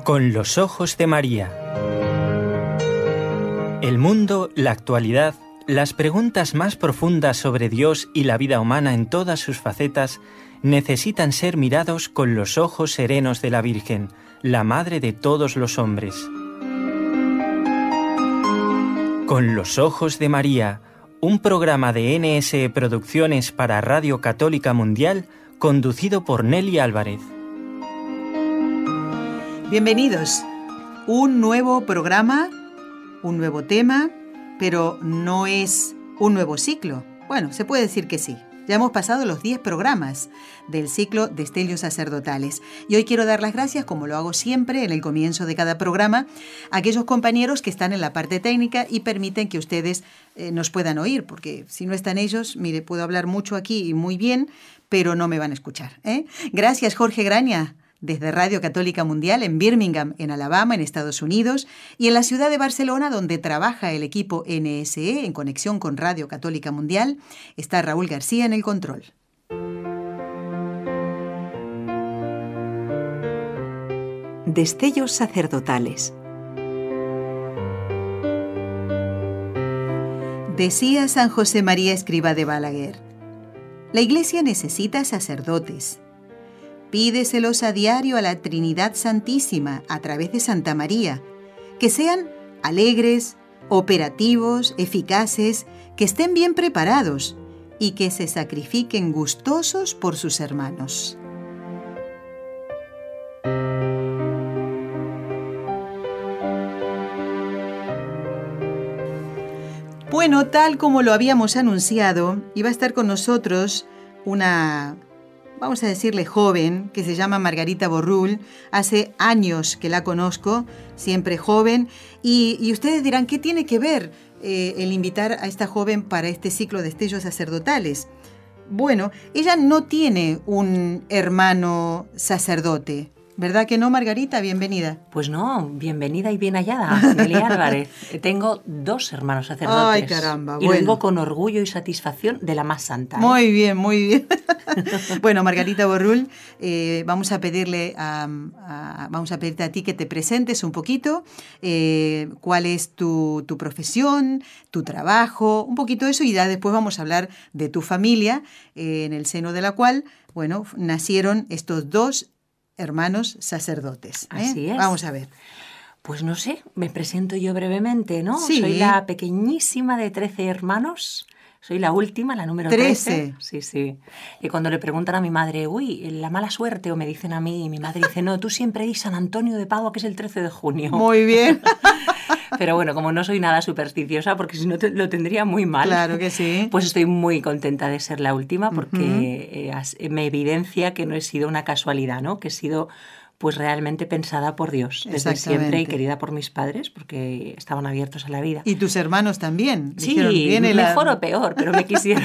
Con los ojos de María. El mundo, la actualidad, las preguntas más profundas sobre Dios y la vida humana en todas sus facetas necesitan ser mirados con los ojos serenos de la Virgen, la Madre de todos los hombres. Con los ojos de María, un programa de NSE Producciones para Radio Católica Mundial, conducido por Nelly Álvarez. Bienvenidos. Un nuevo programa, un nuevo tema, pero no es un nuevo ciclo. Bueno, se puede decir que sí. Ya hemos pasado los 10 programas del ciclo Destellos Sacerdotales. Y hoy quiero dar las gracias, como lo hago siempre en el comienzo de cada programa, a aquellos compañeros que están en la parte técnica y permiten que ustedes nos puedan oír, porque si no están ellos, mire, puedo hablar mucho aquí y muy bien, pero no me van a escuchar, ¿eh? Gracias, Jorge Graña, desde Radio Católica Mundial en Birmingham, en Alabama, en Estados Unidos, y en la ciudad de Barcelona, donde trabaja el equipo NSE en conexión con Radio Católica Mundial, está Raúl García en el control. Destellos Sacerdotales. Decía San José María Escrivá de Balaguer: la Iglesia necesita sacerdotes. Pídeselos a diario a la Trinidad Santísima a través de Santa María, que sean alegres, operativos, eficaces, que estén bien preparados y que se sacrifiquen gustosos por sus hermanos. Bueno, tal como lo habíamos anunciado, iba a estar con nosotros una, vamos a decirle joven, que se llama Margarita Borrul. Hace años que la conozco, siempre joven, y ustedes dirán, ¿qué tiene que ver el invitar a esta joven para este ciclo de Destellos Sacerdotales? Bueno, ella no tiene un hermano sacerdote, ¿verdad que no, Margarita? Bienvenida. Pues no, bienvenida y bien hallada, Nelly Álvarez. Tengo 2 hermanos sacerdotes. Ay, caramba, y bueno. lo digo con orgullo y satisfacción de la más santa. Muy bien, muy bien. Bueno, Margarita Borrul, vamos a pedirte a ti que te presentes un poquito, cuál es tu profesión, tu trabajo, un poquito eso, y ya después vamos a hablar de tu familia, en el seno de la cual, bueno, nacieron estos 2 hermanos sacerdotes. Así es. Vamos a ver. Pues no sé, me presento yo brevemente, ¿no? Sí. Soy la pequeñísima de 13 hermanos. Soy la última, la número 13. Sí, sí. Y cuando le preguntan a mi madre, uy, la mala suerte, o me dicen a mí, y mi madre dice, no, tú siempre di San Antonio de Padua, que es el 13 de junio. Muy bien. Pero bueno, como no soy nada supersticiosa, porque si no lo tendría muy mal. Claro que sí. Pues estoy muy contenta de ser la última, porque me evidencia que no he sido una casualidad, ¿no? Que he sido pues realmente pensada por Dios desde siempre y querida por mis padres, porque estaban abiertos a la vida. Y tus hermanos también. Sí, dijeron, mejor o peor, pero me quisieron.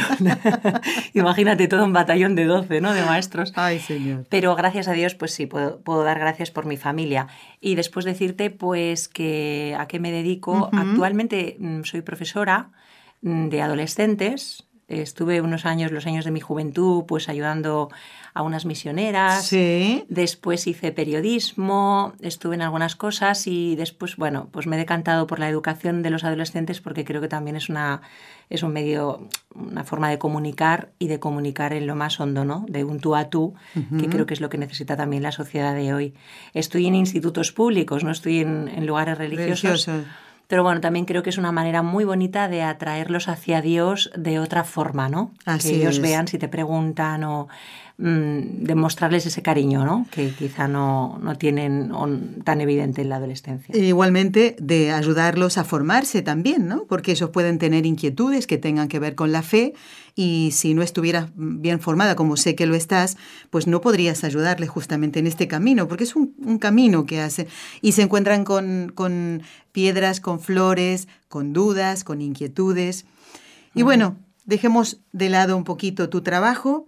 Imagínate todo un batallón de 12, ¿no? De maestros. Ay, Señor. Pero gracias a Dios, pues sí, puedo dar gracias por mi familia. Y después decirte, pues, que a qué me dedico. Actualmente soy profesora de adolescentes. Estuve unos años, los años de mi juventud, pues ayudando a unas misioneras. Sí. Después hice periodismo, estuve en algunas cosas y después, bueno, pues me he decantado por la educación de los adolescentes porque creo que también es un medio, una forma de comunicar y de comunicar en lo más hondo, ¿no? De un tú a tú, que creo que es lo que necesita también la sociedad de hoy. Estoy en institutos públicos, no estoy en lugares religiosos. Pero bueno, también creo que es una manera muy bonita de atraerlos hacia Dios de otra forma, ¿no? Así que ellos es. vean si te preguntan o demostrarles ese cariño, ¿no? Que quizá no tienen tan evidente en la adolescencia. Igualmente de ayudarlos a formarse también, ¿no? Porque ellos pueden tener inquietudes que tengan que ver con la fe y si no estuvieras bien formada, como sé que lo estás, pues no podrías ayudarles justamente en este camino, porque es un camino que hace. Y se encuentran con piedras, con flores, con dudas, con inquietudes. Y bueno, dejemos de lado un poquito tu trabajo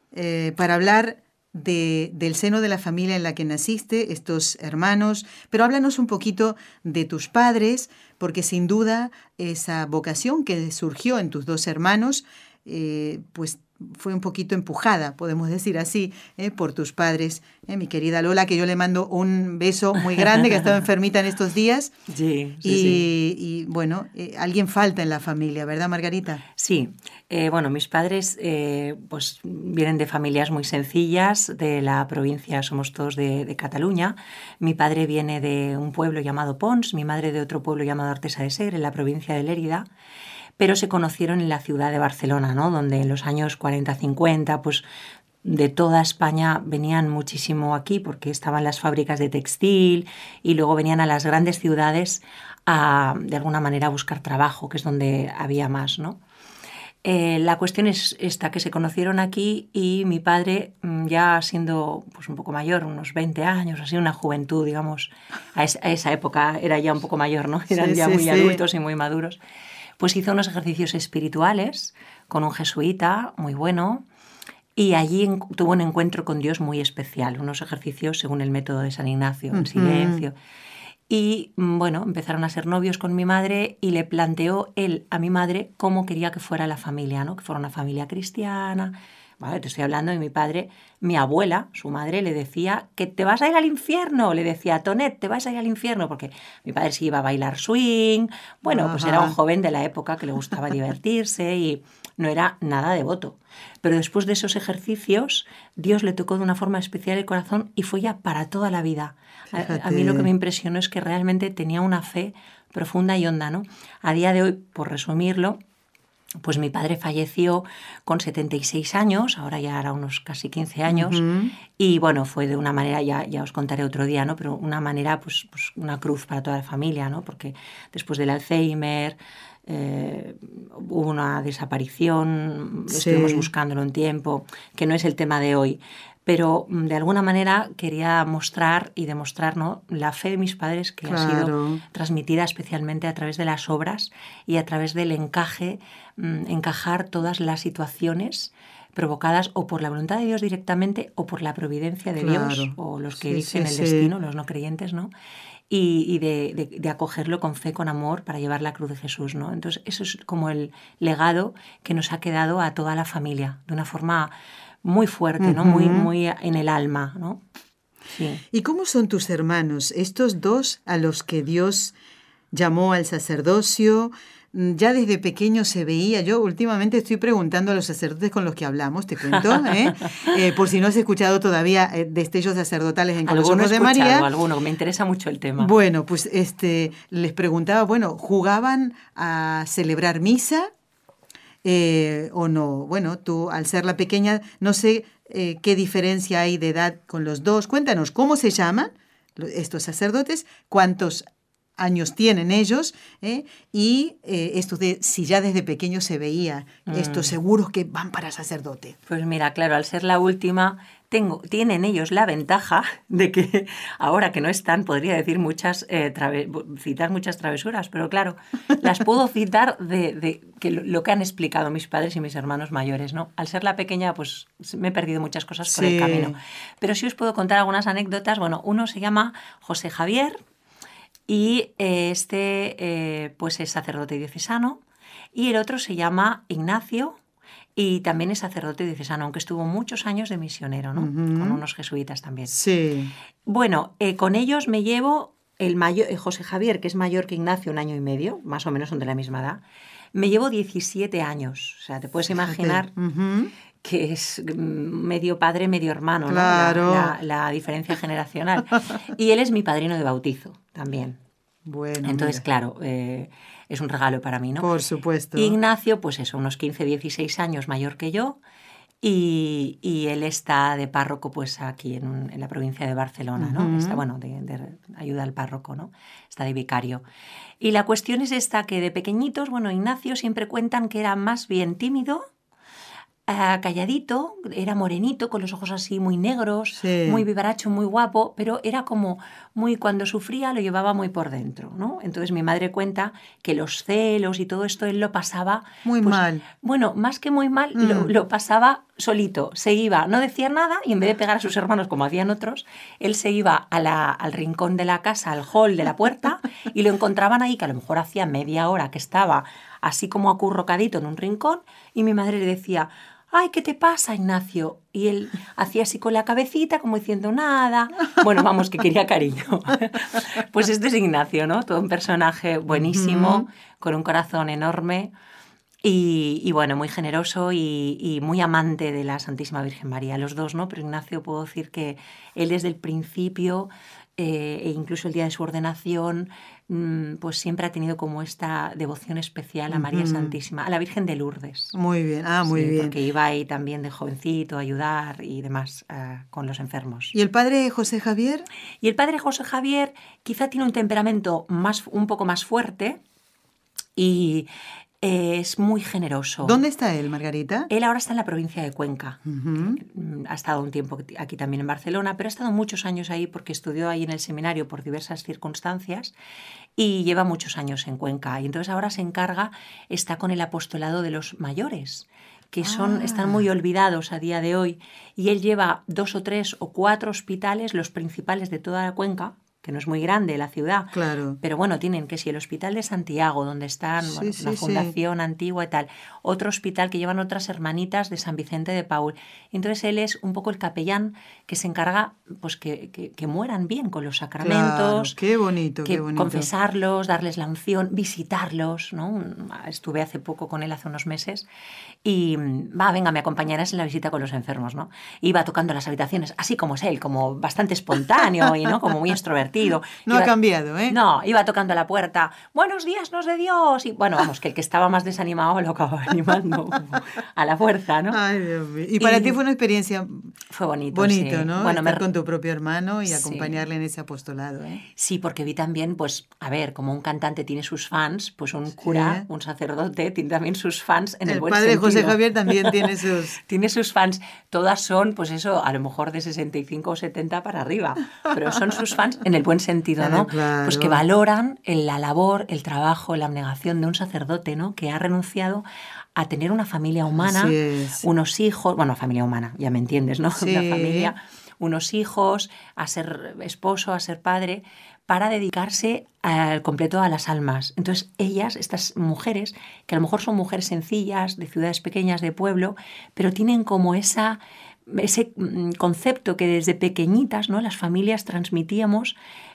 para hablar del seno de la familia en la que naciste, estos hermanos, pero háblanos un poquito de tus padres, porque sin duda esa vocación que surgió en tus 2 hermanos, pues fue un poquito empujada, podemos decir así, por tus padres. Mi querida Lola, que yo le mando un beso muy grande, que ha estado enfermita en estos días. Sí, Y bueno, alguien falta en la familia, ¿verdad, Margarita? Sí. Bueno, mis padres pues vienen de familias muy sencillas, de la provincia, somos todos de Cataluña. Mi padre viene de un pueblo llamado Pons, mi madre de otro pueblo llamado Artesa de Segre, en la provincia de Lérida, pero se conocieron en la ciudad de Barcelona, ¿no? Donde en los años 40-50, pues de toda España venían muchísimo aquí porque estaban las fábricas de textil y luego venían a las grandes ciudades a, de alguna manera, a buscar trabajo, que es donde había más, ¿no? La cuestión es esta, que se conocieron aquí y mi padre, ya siendo pues un poco mayor, unos 20 años, así una juventud, digamos, a esa época era ya un poco mayor, ¿no? Eran ya muy adultos y muy maduros. Pues hizo unos ejercicios espirituales con un jesuita muy bueno y allí tuvo un encuentro con Dios muy especial, unos ejercicios según el método de San Ignacio, en silencio. Y bueno, empezaron a ser novios con mi madre y le planteó él a mi madre cómo quería que fuera la familia, ¿no? Que fuera una familia cristiana. Bueno, te estoy hablando de mi padre. Mi abuela, su madre, le decía que te vas a ir al infierno. Le decía, Tonet, te vas a ir al infierno, porque mi padre se iba a bailar swing. Bueno, pues era un joven de la época que le gustaba divertirse y no era nada devoto. Pero después de esos ejercicios, Dios le tocó de una forma especial el corazón y fue ya para toda la vida. A mí lo que me impresionó es que realmente tenía una fe profunda y honda, ¿no? A día de hoy, por resumirlo, pues mi padre falleció con 76 años, ahora ya hará unos casi 15 años, y bueno, fue de una manera, ya os contaré otro día, ¿no? Pero una manera, pues una cruz para toda la familia, ¿no? Porque después del Alzheimer hubo una desaparición, estuvimos buscándolo un tiempo, que no es el tema de hoy. Pero de alguna manera quería mostrar y demostrar, ¿no?, la fe de mis padres, que ha sido transmitida especialmente a través de las obras y a través del encajar todas las situaciones provocadas o por la voluntad de Dios directamente o por la providencia de Dios, o los que dicen el destino, los no creyentes, ¿no? Y de acogerlo con fe, con amor, para llevar la cruz de Jesús, ¿no? Entonces eso es como el legado que nos ha quedado a toda la familia, de una forma muy fuerte, ¿no? Muy en el alma, ¿no? Sí. ¿Y cómo son tus hermanos, estos dos a los que Dios llamó al sacerdocio? Ya desde pequeño se veía, yo últimamente estoy preguntando a los sacerdotes con los que hablamos, te cuento, por si no has escuchado todavía destellos sacerdotales en Con los Ojos de María. Alguno, me interesa mucho el tema. Bueno, pues les preguntaba, ¿jugaban a celebrar misa o no? Bueno, tú al ser la pequeña, no sé qué diferencia hay de edad con los dos. Cuéntanos, ¿cómo se llaman estos sacerdotes? ¿Cuántos años tienen ellos? Y esto de si ya desde pequeño se veía estos seguros que van para sacerdote. Pues mira, claro, al ser la última, tienen ellos la ventaja de que ahora que no están, podría decir citar muchas travesuras, pero claro, las puedo citar de que lo que han explicado mis padres y mis hermanos mayores, ¿no? Al ser la pequeña, pues me he perdido muchas cosas por el camino. Pero sí os puedo contar algunas anécdotas. Bueno, uno se llama José Javier, y pues es sacerdote diocesano, y el otro se llama Ignacio y también es sacerdote diocesano, aunque estuvo muchos años de misionero, ¿no? Con unos jesuitas también. Sí. Bueno, con ellos me llevo el mayor, José Javier, que es mayor que Ignacio 1 año y medio, más o menos son de la misma edad, me llevo 17 años. O sea, te puedes imaginar que es medio padre, medio hermano, claro, ¿no? La diferencia generacional. Y él es mi padrino de bautizo también. Bueno, entonces, claro, es un regalo para mí, ¿no? Por supuesto. Ignacio, pues eso, unos 15, 16 años mayor que yo, y él está de párroco pues aquí en la provincia de Barcelona, ¿no? Está, bueno, de ayuda al párroco, ¿no? Está de vicario. Y la cuestión es esta, que de pequeñitos, bueno, Ignacio siempre cuentan que era más bien tímido, calladito, era morenito, con los ojos así muy negros, muy vivaracho, muy guapo, pero era como cuando sufría lo llevaba muy por dentro, ¿no? Entonces mi madre cuenta que los celos y todo esto él lo pasaba muy mal. Bueno, más que muy mal, lo pasaba solito, se iba, no decía nada, y en vez de pegar a sus hermanos como hacían otros, él se iba al rincón de la casa, al hall de la puerta, y lo encontraban ahí, que a lo mejor hacía media hora que estaba así como acurrucadito en un rincón, y mi madre le decía: ¡ay, qué te pasa, Ignacio! Y él hacía así con la cabecita, como diciendo nada. Bueno, vamos, que quería cariño. Pues este es Ignacio, ¿no? Todo un personaje buenísimo, con un corazón enorme y bueno, muy generoso y muy amante de la Santísima Virgen María. Los dos, ¿no? Pero Ignacio, puedo decir que él desde el principio, e incluso el día de su ordenación, pues siempre ha tenido como esta devoción especial a María Santísima, a la Virgen de Lourdes. Muy bien, muy bien. Porque iba ahí también de jovencito a ayudar y demás con los enfermos. ¿Y el padre José Javier? Y el padre José Javier quizá tiene un temperamento un poco más fuerte y es muy generoso. ¿Dónde está él, Margarita? Él ahora está en la provincia de Cuenca. Ha estado un tiempo aquí también en Barcelona, pero ha estado muchos años ahí porque estudió ahí en el seminario por diversas circunstancias y lleva muchos años en Cuenca. Y entonces ahora se encarga, está con el apostolado de los mayores, que están muy olvidados a día de hoy. Y él lleva 2 o 3 o 4 hospitales, los principales de toda la Cuenca, que no es muy grande la ciudad, claro. Pero bueno, tienen que si el Hospital de Santiago, donde están la fundación antigua y tal, otro hospital que llevan otras hermanitas de San Vicente de Paúl. Entonces él es un poco el capellán que se encarga pues que mueran bien con los sacramentos. Claro, qué bonito, qué bonito. Confesarlos, darles la unción, visitarlos, ¿no? Estuve hace poco con él, hace unos meses, y venga, me acompañarás en la visita con los enfermos, ¿no? Iba tocando las habitaciones, así como es él, como bastante espontáneo y ¿no? Como muy extrovertido. No ha cambiado, ¿eh? No, iba tocando a la puerta. Buenos días, nos de Dios. Y bueno, vamos, que el que estaba más desanimado lo acababa animando a la fuerza, ¿no? Ay, Dios mío. Y para ti fue una experiencia... Fue bonito, bonito, sí. ¿no? Bueno, estar con tu propio hermano y acompañarle sí. en ese apostolado, ¿eh? Sí, porque vi también, pues, a ver, como un cantante tiene sus fans, pues un cura, un sacerdote, tiene también sus fans en el buen sentido. El padre José Javier también tiene sus... Tiene sus fans. Todas son, pues eso, a lo mejor de 65 o 70 para arriba, pero son sus fans en el buen sentido, ¿no? Claro. Pues que valoran la labor, el trabajo, la abnegación de un sacerdote, ¿no? Que ha renunciado a tener una familia humana, unos hijos, bueno, familia humana, ya me entiendes, ¿no? Sí. Una familia, unos hijos, a ser esposo, a ser padre, para dedicarse al completo a las almas. Entonces ellas, estas mujeres, que a lo mejor son mujeres sencillas, de ciudades pequeñas, de pueblo, pero tienen como ese concepto que desde pequeñitas, ¿no? Las familias transmitíamos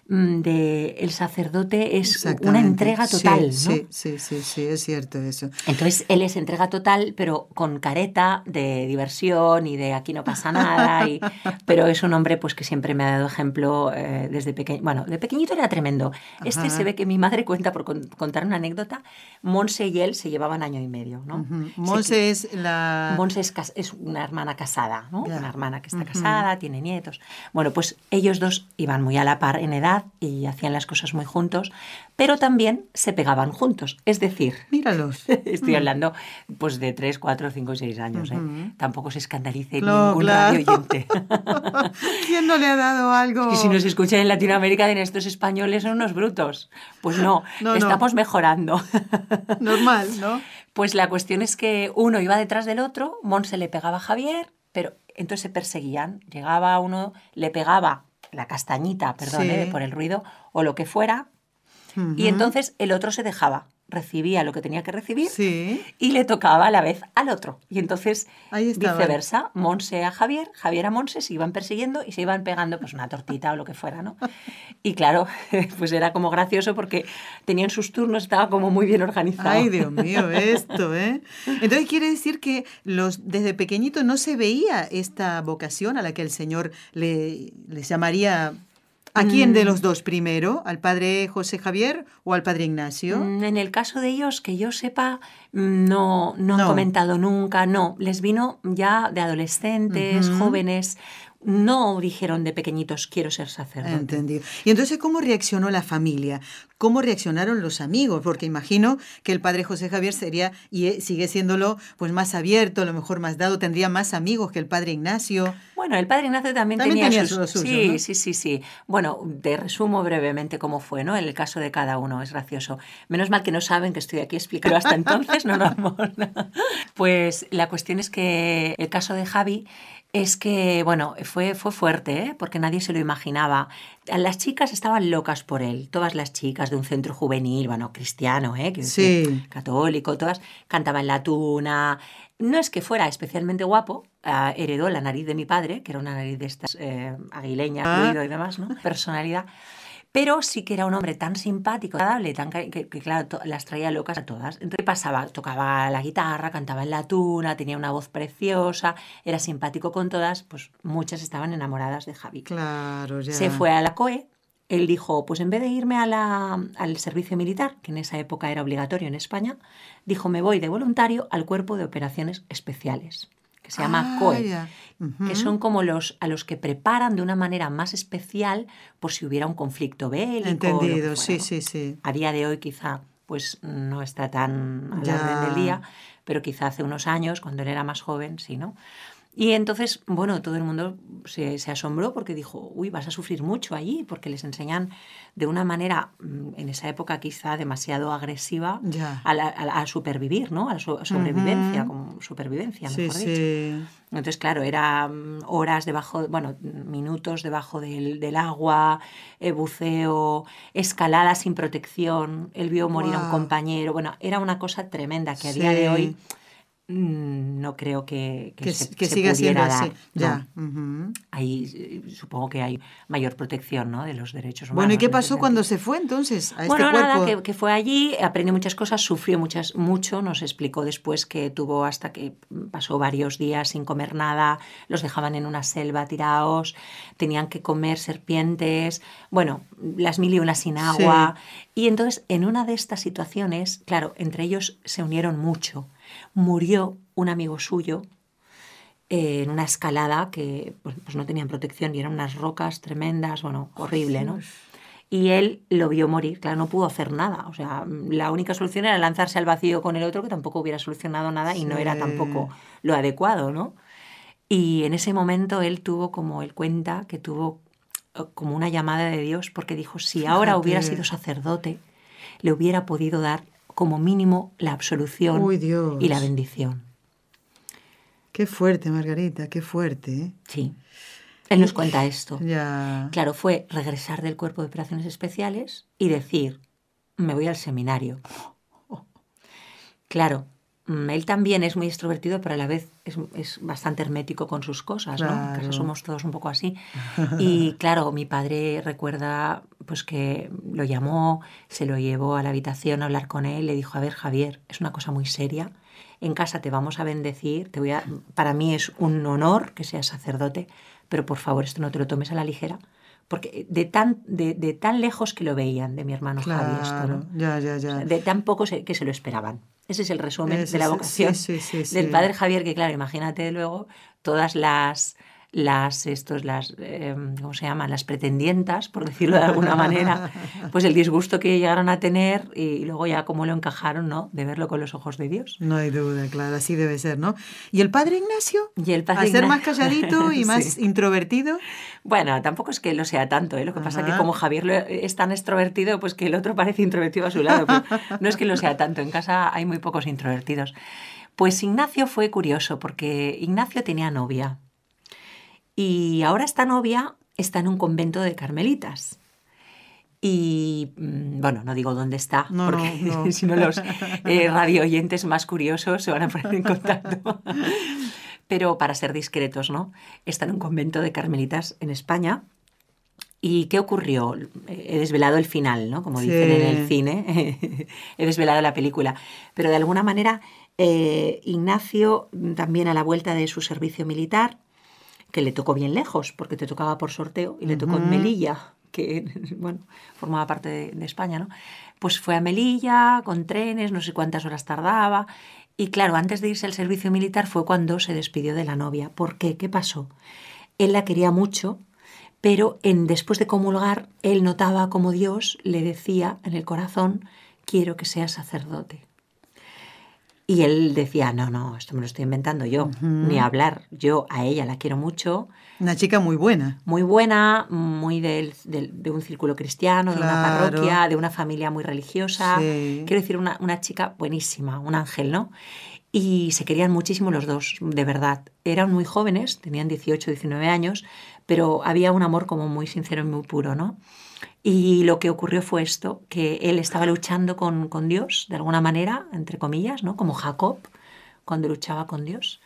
de el sacerdote es una entrega total, ¿no? Sí, es cierto eso. Entonces él es entrega total, pero con careta de diversión y de aquí no pasa nada, pero es un hombre pues que siempre me ha dado ejemplo desde pequeño. Bueno, de pequeñito era tremendo. Ajá. Se ve que mi madre cuenta, por contar una anécdota, Monse y él se llevaban 1 año y medio, ¿no? Monse es la... Monse es una hermana casada, ¿no? Una hermana que está casada, tiene nietos. Bueno, pues ellos dos iban muy a la par en edad y hacían las cosas muy juntos, pero también se pegaban juntos. Es decir, míralos. Estoy hablando pues de 3, 4, 5, 6 años. Tampoco se escandalice ningún radio oyente. ¿Quién no le ha dado algo? Y si nos escuchan en Latinoamérica, de estos españoles son unos brutos. Pues no, estamos mejorando. Normal, ¿no? Pues la cuestión es que uno iba detrás del otro, Monse le pegaba a Javier, pero entonces se perseguían. Llegaba uno, le pegaba la castañita, perdón, por el ruido, o lo que fuera, y entonces el otro se dejaba, recibía lo que tenía que recibir y le tocaba a la vez al otro. Y entonces, viceversa, Monse a Javier, Javier a Monse, se iban persiguiendo y se iban pegando pues una tortita o lo que fuera, ¿no? Y claro, pues era como gracioso porque tenían sus turnos, estaba como muy bien organizado. Ay, Dios mío, esto, ¿eh? Entonces quiere decir que desde pequeñito no se veía esta vocación a la que el Señor les llamaría... ¿A quién de los dos primero? ¿Al padre José Javier o al padre Ignacio? En el caso de ellos, que yo sepa, no han comentado nunca, no. Les vino ya de adolescentes, jóvenes, no dijeron de pequeñitos, quiero ser sacerdote. Entendido. Y entonces, ¿cómo reaccionó la familia? ¿Cómo reaccionaron los amigos? Porque imagino que el padre José Javier sería, y sigue siéndolo, pues más abierto, a lo mejor más dado, tendría más amigos que el padre Ignacio. Bueno, el padre Ignacio también tenía sus... suyo, ¿no? Sí. Bueno, te resumo brevemente cómo fue, ¿no? El caso de cada uno, es gracioso. Menos mal que no saben que estoy aquí, explicarlo hasta entonces, no. Pues la cuestión es que el caso de Javi... Es que, bueno, fue fuerte, ¿eh? Porque nadie se lo imaginaba. Las chicas estaban locas por él, todas las chicas de un centro juvenil, bueno, cristiano, quiero decir, Sí. católico, todas cantaban la tuna. No es que fuera especialmente guapo, heredó la nariz de mi padre, que era una nariz de estas aguileña, fluido y demás, ¿no? Personalidad. Pero sí que era un hombre tan simpático, agradable, que claro, las traía locas a todas. Entonces pasaba, tocaba la guitarra, cantaba en la tuna, tenía una voz preciosa, era simpático con todas, pues muchas estaban enamoradas de Javi. Claro, ya. Se fue a la COE, él dijo, pues en vez de irme al servicio militar, que en esa época era obligatorio en España, dijo, me voy de voluntario al Cuerpo de Operaciones Especiales, que se llama COE, Ya. que son como a los que preparan de una manera más especial por si hubiera un conflicto bélico. Entendido, o lo que fuera, sí, ¿no? sí. A día de hoy quizá pues no está tan a la Ya. orden del día, pero quizá hace unos años, cuando él era más joven, sí, ¿no? Y entonces, bueno, todo el mundo se asombró porque dijo, uy, vas a sufrir mucho allí, porque les enseñan de una manera, en esa época quizá demasiado agresiva, Ya. a supervivir, ¿no? A la sobrevivencia, como supervivencia, Sí, mejor dicho. sí. Entonces, claro, era horas debajo, bueno, minutos debajo del agua, buceo, escalada sin protección, él vio morir a un Guau. compañero, bueno, era una cosa tremenda que a día Sí. de hoy no creo que Que se siga siendo pudiera así. dar. Ya. No. Ujú. Ahí supongo que hay mayor protección, ¿no? De los derechos humanos. Bueno, ¿y qué en ese pasó cuando sentido. se fue entonces a este Bueno, nada, cuerpo? que fue allí, aprendió muchas cosas, sufrió mucho, nos explicó después que tuvo hasta que pasó varios días sin comer nada, los dejaban en una selva tirados, tenían que comer serpientes, bueno, las mil y una sin agua. Y entonces, en una de estas situaciones, claro, entre ellos se unieron mucho. Murió un amigo suyo en una escalada que pues no tenían protección y eran unas rocas tremendas, bueno, horrible, ¿no? Y él lo vio morir, claro, no pudo hacer nada. O sea, la única solución era lanzarse al vacío con el otro, que tampoco hubiera solucionado nada y no era tampoco lo adecuado, ¿no? Y en ese momento él tuvo, como él cuenta, que tuvo como una llamada de Dios, porque dijo, si ahora hubiera sido sacerdote, le hubiera podido dar como mínimo la absolución Uy, Dios. y la bendición. Qué fuerte, Margarita, qué fuerte, ¿eh? Sí. Él nos cuenta esto. Ya. Claro, fue regresar del Cuerpo de Operaciones Especiales y decir, me voy al seminario. Claro, él también es muy extrovertido, pero a la vez es bastante hermético con sus cosas, ¿no? En casa somos todos un poco así. Y claro, mi padre recuerda pues que lo llamó, se lo llevó a la habitación a hablar con él, le dijo, a ver, Javier, es una cosa muy seria, en casa te vamos a bendecir, para mí es un honor que seas sacerdote, pero por favor esto no te lo tomes a la ligera, porque de tan lejos que lo veían de mi hermano Javi esto, ¿no? Ya. O sea, de tan poco que se lo esperaban. Ese es el resumen de la Sí, vocación del sí. padre Javier, que claro, imagínate luego todas las ¿cómo se llaman? Las pretendientas, por decirlo de alguna manera, pues el disgusto que llegaron a tener y luego ya cómo lo encajaron, ¿no? De verlo con los ojos de Dios. No hay duda, claro, así debe ser, ¿no? ¿Y el padre Ignacio? Y el padre ¿A ser Ignacio, más calladito y más sí, introvertido? Bueno, tampoco es que lo sea tanto, ¿eh? Lo que pasa es que como Javier es tan extrovertido, pues que el otro parece introvertido a su lado. Pero no es que lo sea tanto, en casa hay muy pocos introvertidos. Pues Ignacio fue curioso porque Ignacio tenía novia. Y ahora esta novia está en un convento de carmelitas. Y, bueno, no digo dónde está, porque No. si no los radio oyentes más curiosos se van a poner en contacto. Pero para ser discretos, ¿no? Está en un convento de carmelitas en España. ¿Y qué ocurrió? He desvelado el final, ¿no? Como dicen en el cine, he desvelado la película. Pero de alguna manera, Ignacio, también a la vuelta de su servicio militar, que le tocó bien lejos, porque te tocaba por sorteo, y le tocó en Melilla, que, bueno, formaba parte de España, ¿no? Pues fue a Melilla, con trenes, no sé cuántas horas tardaba, y claro, antes de irse al servicio militar fue cuando se despidió de la novia. ¿Por qué? ¿Qué pasó? Él la quería mucho, pero después de comulgar, él notaba como Dios le decía en el corazón, quiero que seas sacerdote. Y él decía, no, esto me lo estoy inventando yo, ni hablar. Yo a ella la quiero mucho. Una chica muy buena. Muy buena, muy de un círculo cristiano, de una parroquia, de una familia muy religiosa. Sí. Quiero decir, una chica buenísima, un ángel, ¿no? y se querían muchísimo los dos, de verdad. Eran muy jóvenes, tenían 18, 19 años, pero había un amor como muy sincero y muy puro, ¿no? Y lo que ocurrió fue esto, que él estaba luchando con Dios, de alguna manera, entre comillas, ¿no? Como Jacob, cuando luchaba con Dios.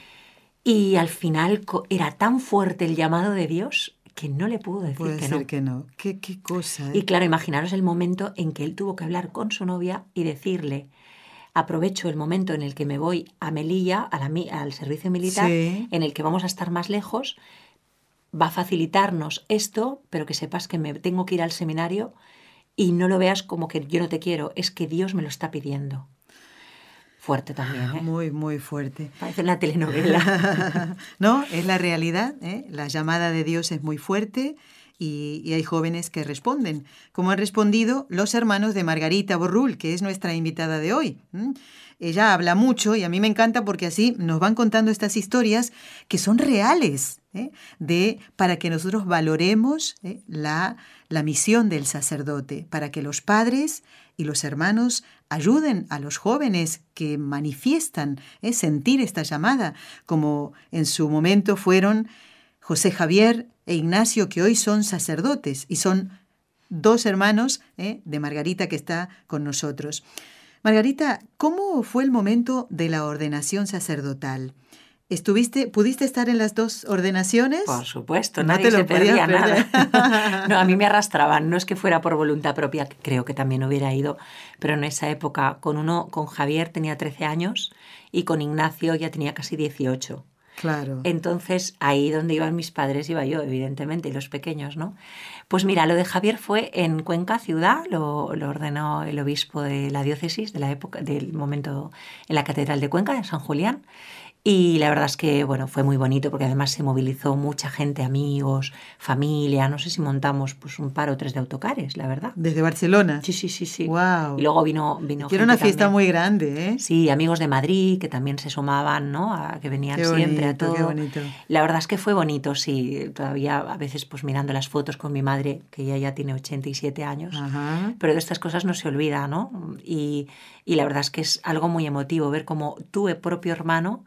Y al final era tan fuerte el llamado de Dios que no le pudo decir Puede que ser no. que no. Qué cosa, ¿eh? Y claro, imaginaros el momento en que él tuvo que hablar con su novia y decirle: aprovecho el momento en el que me voy a Melilla, al servicio militar, Sí. en el que vamos a estar más lejos, va a facilitarnos esto, pero que sepas que me tengo que ir al seminario y no lo veas como que yo no te quiero, es que Dios me lo está pidiendo. Fuerte también, ¿eh? Muy, muy fuerte. Parece una telenovela. No, es la realidad, ¿eh? La llamada de Dios es muy fuerte y hay jóvenes que responden, como han respondido los hermanos de Margarita Borrul, que es nuestra invitada de hoy. Ella habla mucho y a mí me encanta porque así nos van contando estas historias que son reales, para que nosotros valoremos la misión del sacerdote, para que los padres y los hermanos ayuden a los jóvenes que manifiestan sentir esta llamada, como en su momento fueron José Javier e Ignacio, que hoy son sacerdotes y son dos hermanos de Margarita que está con nosotros. Margarita, ¿cómo fue el momento de la ordenación sacerdotal? ¿Pudiste estar en las dos ordenaciones? Por supuesto, No nadie te lo se perdía podías nada. No, a mí me arrastraban, no es que fuera por voluntad propia, que creo que también hubiera ido, pero en esa época con Javier tenía 13 años y con Ignacio ya tenía casi 18. Claro. Entonces, ahí donde iban mis padres iba yo, evidentemente, y los pequeños, ¿no? Pues mira, lo de Javier fue en Cuenca ciudad, lo ordenó el obispo de la diócesis de la época, del momento, en la catedral de Cuenca, en San Julián. Y la verdad es que, bueno, fue muy bonito porque además se movilizó mucha gente, amigos, familia. No sé si montamos pues un par o tres de autocares, la verdad. ¿Desde Barcelona? Sí. Wow. Y luego vino que era una fiesta también muy grande, ¿eh? Sí, amigos de Madrid que también se sumaban, ¿no? Que venían Qué siempre bonito, a todo. qué bonito. La verdad es que fue bonito, sí. Todavía a veces pues mirando las fotos con mi madre, que ella ya tiene 87 años. Ajá. Pero de estas cosas no se olvida, ¿no? Y la verdad es que es algo muy emotivo ver cómo tu propio hermano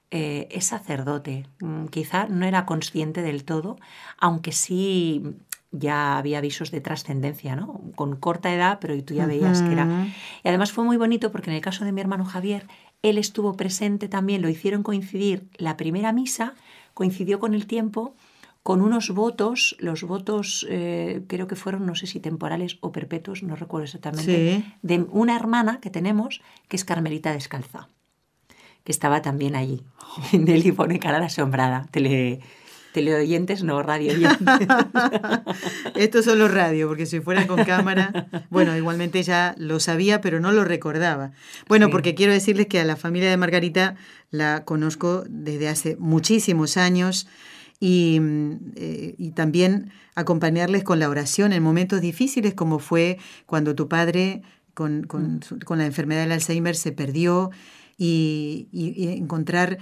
es sacerdote. Quizá no era consciente del todo, aunque sí ya había avisos de trascendencia, ¿no? Con corta edad, pero tú ya veías que era. Y además fue muy bonito porque en el caso de mi hermano Javier, él estuvo presente también, lo hicieron coincidir la primera misa, coincidió con el tiempo, con unos votos, los votos creo que fueron, no sé si temporales o perpetuos, no recuerdo exactamente, Sí. de una hermana que tenemos que es Carmelita Descalza, que estaba también allí. Nelly pone cara de asombrada. Teleoyentes, no, radio oyentes. Esto solo radio, porque si fuera con cámara, bueno, igualmente ya lo sabía, pero no lo recordaba. Bueno, Sí. porque quiero decirles que a la familia de Margarita la conozco desde hace muchísimos años y también acompañarles con la oración en momentos difíciles, como fue cuando tu padre con la enfermedad del Alzheimer se perdió, y encontrar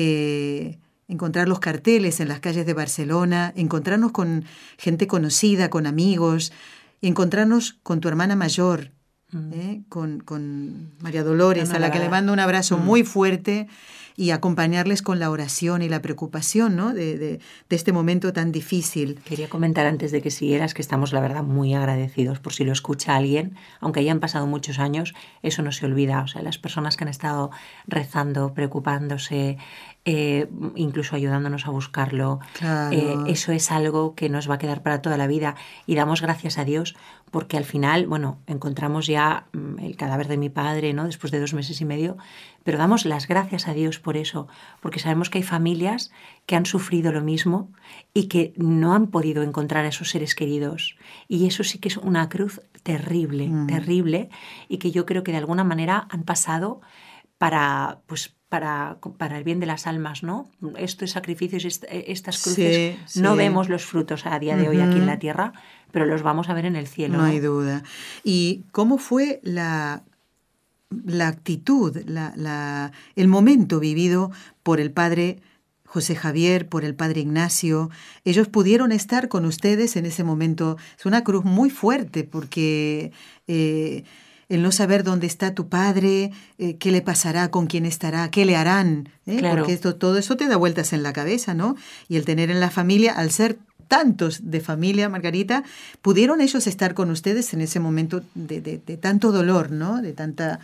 los carteles en las calles de Barcelona, encontrarnos con gente conocida, con amigos, encontrarnos con tu hermana mayor, con María Dolores, a la que le mando un abrazo muy fuerte, y acompañarles con la oración y la preocupación, ¿no? de este momento tan difícil. Quería comentar antes de que siguieras que estamos, la verdad, muy agradecidos por si lo escucha alguien, aunque hayan pasado muchos años, eso no se olvida. O sea, las personas que han estado rezando, preocupándose, incluso ayudándonos a buscarlo, Claro. eso es algo que nos va a quedar para toda la vida. Y damos gracias a Dios porque al final, bueno, encontramos ya el cadáver de mi padre, ¿no? Después de 2 meses y medio, pero damos las gracias a Dios por eso, porque sabemos que hay familias que han sufrido lo mismo y que no han podido encontrar a esos seres queridos. Y eso sí que es una cruz terrible, terrible, y que yo creo que de alguna manera han pasado para el bien de las almas, ¿no? Estos sacrificios, estas cruces, Sí, no sí. vemos los frutos a día de hoy aquí en la tierra, pero los vamos a ver en el cielo. No hay duda. ¿Y cómo fue la actitud, el momento vivido por el padre José Javier, por el padre Ignacio? Ellos pudieron estar con ustedes en ese momento. Es una cruz muy fuerte porque el no saber dónde está tu padre, qué le pasará, con quién estará, qué le harán, Claro. porque todo eso te da vueltas en la cabeza, ¿no? Y el tener en la familia, al ser tantos de familia, Margarita, ¿pudieron ellos estar con ustedes en ese momento de tanto dolor, ¿no? De tanta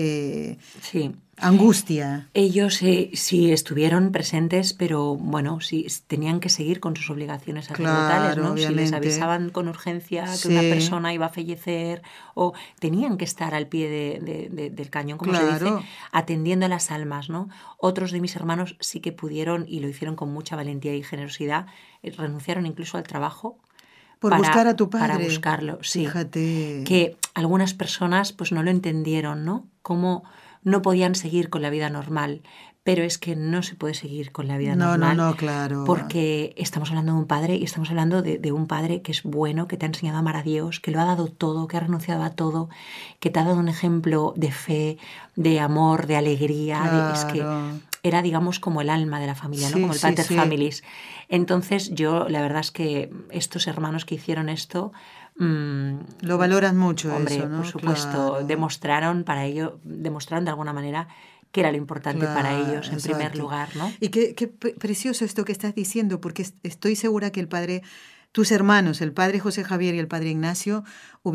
Sí. angustia? Ellos sí estuvieron presentes, pero bueno, sí tenían que seguir con sus obligaciones sacerdotales, Claro, ¿no? Si les obviamente. avisaban con urgencia que Sí. una persona iba a fallecer, o tenían que estar al pie del cañón, como se dice, Claro. atendiendo a las almas, ¿no? Otros de mis hermanos sí que pudieron, y lo hicieron con mucha valentía y generosidad, renunciaron incluso al trabajo Por buscar a tu para padre. buscarlo, sí. Fíjate. Que algunas personas pues no lo entendieron, ¿no? Cómo no podían seguir con la vida normal, pero es que no se puede seguir con la vida normal. No, claro. Porque estamos hablando de un padre y estamos hablando de un padre que es bueno, que te ha enseñado a amar a Dios, que lo ha dado todo, que ha renunciado a todo, que te ha dado un ejemplo de fe, de amor, de alegría. Claro. Es que era, digamos, como el alma de la familia, ¿no? Sí, Como el sí, pater sí. familis. Entonces yo, la verdad es que estos hermanos que hicieron esto... Lo valoran mucho, hombre, eso, ¿no? por supuesto, Claro. demostraron de alguna manera que era lo importante para ellos en primer exacto. lugar, ¿no? Y qué precioso esto que estás diciendo, porque estoy segura que tus hermanos, el padre José Javier y el padre Ignacio,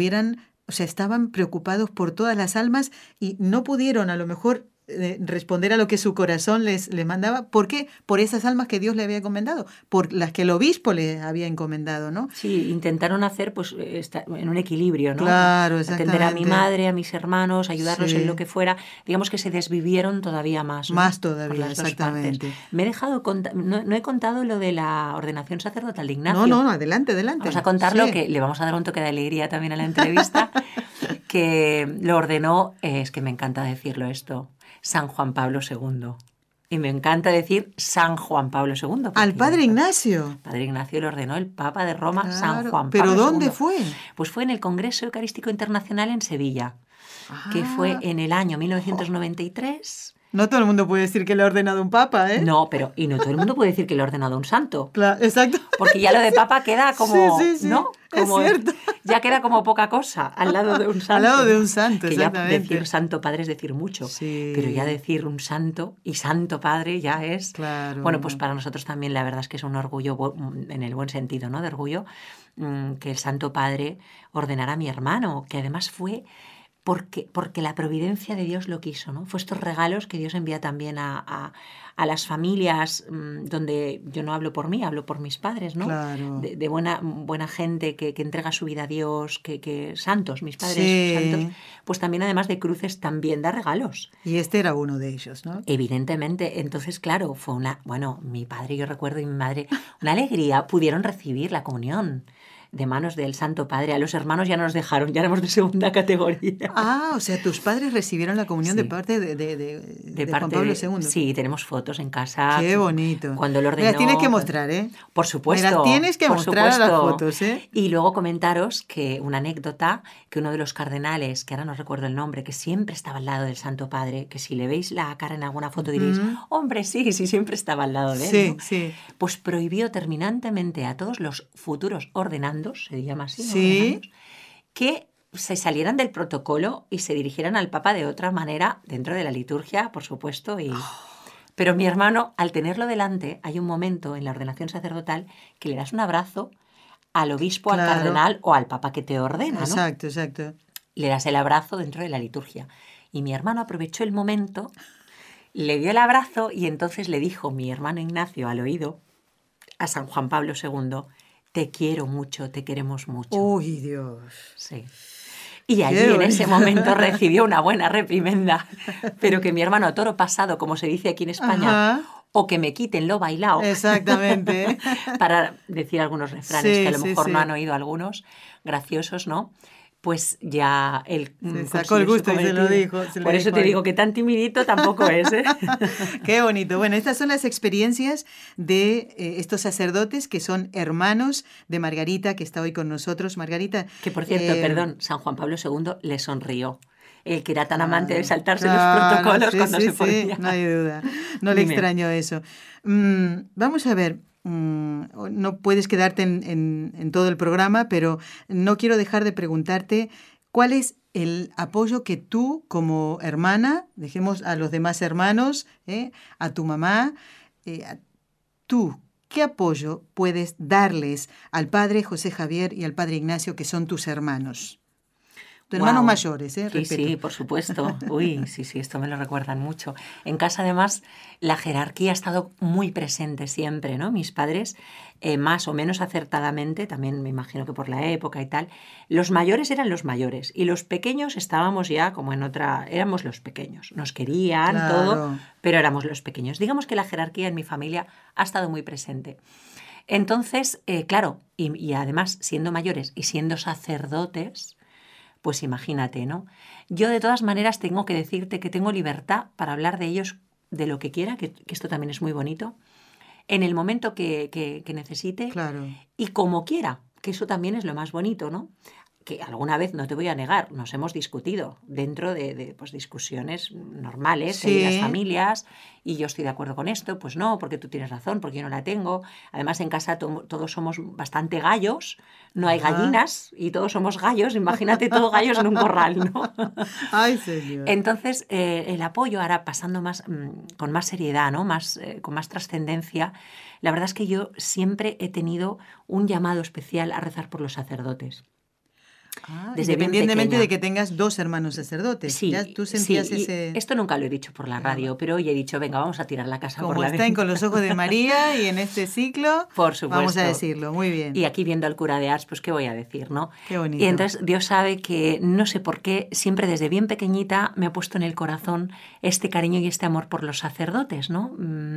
estaban preocupados por todas las almas y no pudieron a lo mejor responder a lo que su corazón les mandaba. ¿Por qué? Por esas almas que Dios le había encomendado, por las que el obispo le había encomendado, ¿no? Sí, intentaron hacer pues en un equilibrio, ¿no? Claro, exactamente. Atender a mi madre, a mis hermanos, ayudarlos Sí. en lo que fuera. Digamos que se desvivieron todavía más, ¿no? Más Por todavía, las dos exactamente. partes. Me he dejado no he contado lo de la ordenación sacerdotal de Ignacio. No, adelante. Vamos a contarlo, Sí. que le vamos a dar un toque de alegría también a la entrevista, que lo ordenó, es que me encanta decirlo esto, San Juan Pablo II. Y me encanta decir San Juan Pablo II. Al padre Ignacio. Padre Ignacio lo ordenó el Papa de Roma, Claro, San Juan Pablo ¿pero dónde II. fue? Pues fue en el Congreso Eucarístico Internacional en Sevilla, que fue en el año 1993. No todo el mundo puede decir que le ha ordenado un papa, ¿eh? No, y no todo el mundo puede decir que le ha ordenado un santo. Claro, exacto. Porque ya lo de papa queda como, Sí, ¿no? Como, es cierto. Ya queda como poca cosa al lado de un santo. Al lado de un santo, que ya exactamente. decir santo padre es decir mucho. Sí. Pero ya decir un santo y santo padre ya es... Claro. Bueno, pues para nosotros también la verdad es que es un orgullo, en el buen sentido, ¿no? De orgullo, que el santo padre ordenara a mi hermano, que además fue... Porque la providencia de Dios lo quiso, ¿no? Fue estos regalos que Dios envía también a las familias, donde yo no hablo por mí, hablo por mis padres, ¿no? Claro. De buena gente que entrega su vida a Dios, que santos, mis padres Sí. santos, pues también además de cruces también da regalos. Y este era uno de ellos, ¿no? Evidentemente. Entonces, claro, fue mi padre, yo recuerdo, y mi madre, una alegría, pudieron recibir la comunión de manos del Santo Padre. A los hermanos ya nos dejaron, ya éramos de segunda categoría. Ah, o sea, tus padres recibieron la comunión Sí. de parte de Juan Pablo II. Sí, tenemos fotos en casa. Qué bonito. Cuando lo ordenó. Me las tienes que mostrar, ¿eh? Por supuesto. Me las tienes que por mostrar supuesto. a las fotos, ¿eh? Y luego comentaros que una anécdota, que uno de los cardenales, que ahora no recuerdo el nombre, que siempre estaba al lado del Santo Padre, que si le veis la cara en alguna foto diréis, hombre, sí, siempre estaba al lado de él. Sí, ¿no? sí. Pues prohibió terminantemente a todos los futuros ordenandos, se llama así, ¿no? Sí. Ordenandos, que se salieran del protocolo y se dirigieran al Papa de otra manera, dentro de la liturgia, por supuesto. Pero mi hermano, al tenerlo delante, hay un momento en la ordenación sacerdotal que le das un abrazo al obispo, Claro. al cardenal o al Papa que te ordena, ¿no? Exacto. Le das el abrazo dentro de la liturgia. Y mi hermano aprovechó el momento, le dio el abrazo y entonces le dijo mi hermano Ignacio al oído a San Juan Pablo II, te quiero mucho, te queremos mucho. Uy, Dios. Sí. Y allí Qué en bonito. ese momento recibió una buena reprimenda, pero que mi hermano a toro pasado, como se dice aquí en España, Ajá. o que me quiten lo bailao, Exactamente. para decir algunos refranes Sí, que a lo sí, mejor sí. no han oído algunos, graciosos, ¿no? Pues ya él Se sacó consiguió el su gusto y se lo cometido. dijo. Por eso te digo que tan timidito tampoco es, ¿eh? Qué bonito. Bueno, estas son las experiencias de estos sacerdotes que son hermanos de Margarita, que está hoy con nosotros. Margarita. Que por cierto, perdón, San Juan Pablo II le sonrió. El que era tan amante de saltarse claro, los protocolos sí, cuando sí, se podía. Sí, no hay duda. No le Dime. extraño eso. Vamos a ver. No puedes quedarte en todo el programa, pero no quiero dejar de preguntarte cuál es el apoyo que tú como hermana, dejemos a los demás hermanos, a tu mamá, tú, ¿qué apoyo puedes darles al padre José Javier y al padre Ignacio, que son tus hermanos? Tus hermanos mayores, Sí, sí, por supuesto. Uy, sí, esto me lo recuerdan mucho. En casa, además, la jerarquía ha estado muy presente siempre, ¿no? Mis padres, más o menos acertadamente, también me imagino que por la época y tal, los mayores eran los mayores y los pequeños estábamos ya como en otra... Éramos los pequeños. Nos querían, Claro. todo, pero éramos los pequeños. Digamos que la jerarquía en mi familia ha estado muy presente. Entonces, claro, y además, siendo mayores y siendo sacerdotes... Pues imagínate, ¿no? Yo de todas maneras tengo que decirte que tengo libertad para hablar de ellos de lo que quiera, que esto también es muy bonito, en el momento que necesite Claro. y como quiera, que eso también es lo más bonito, ¿no? Que alguna vez, no te voy a negar, nos hemos discutido dentro de pues, discusiones normales de las familias y yo estoy de acuerdo con esto, pues no, porque tú tienes razón, porque yo no la tengo. Además, en casa todos somos bastante gallos, no hay gallinas y todos somos gallos, imagínate todos gallos en un corral, ¿no? Ay, señor. Entonces, el apoyo, ahora pasando más con más seriedad, ¿no? Con más trascendencia, la verdad es que yo siempre he tenido un llamado especial a rezar por los sacerdotes. Independientemente de que tengas 2 hermanos sacerdotes. Sí, ya tú sentías ese... Esto nunca lo he dicho por la radio, pero hoy he dicho, venga, vamos a tirar la casa por la ventana. Como está en Con los ojos de María y en este ciclo, por supuesto. Vamos a decirlo, muy bien. Y aquí viendo al cura de Ars, pues qué voy a decir, ¿no? Qué bonito. Y entonces Dios sabe que, no sé por qué, siempre desde bien pequeñita me ha puesto en el corazón este cariño y este amor por los sacerdotes, ¿no?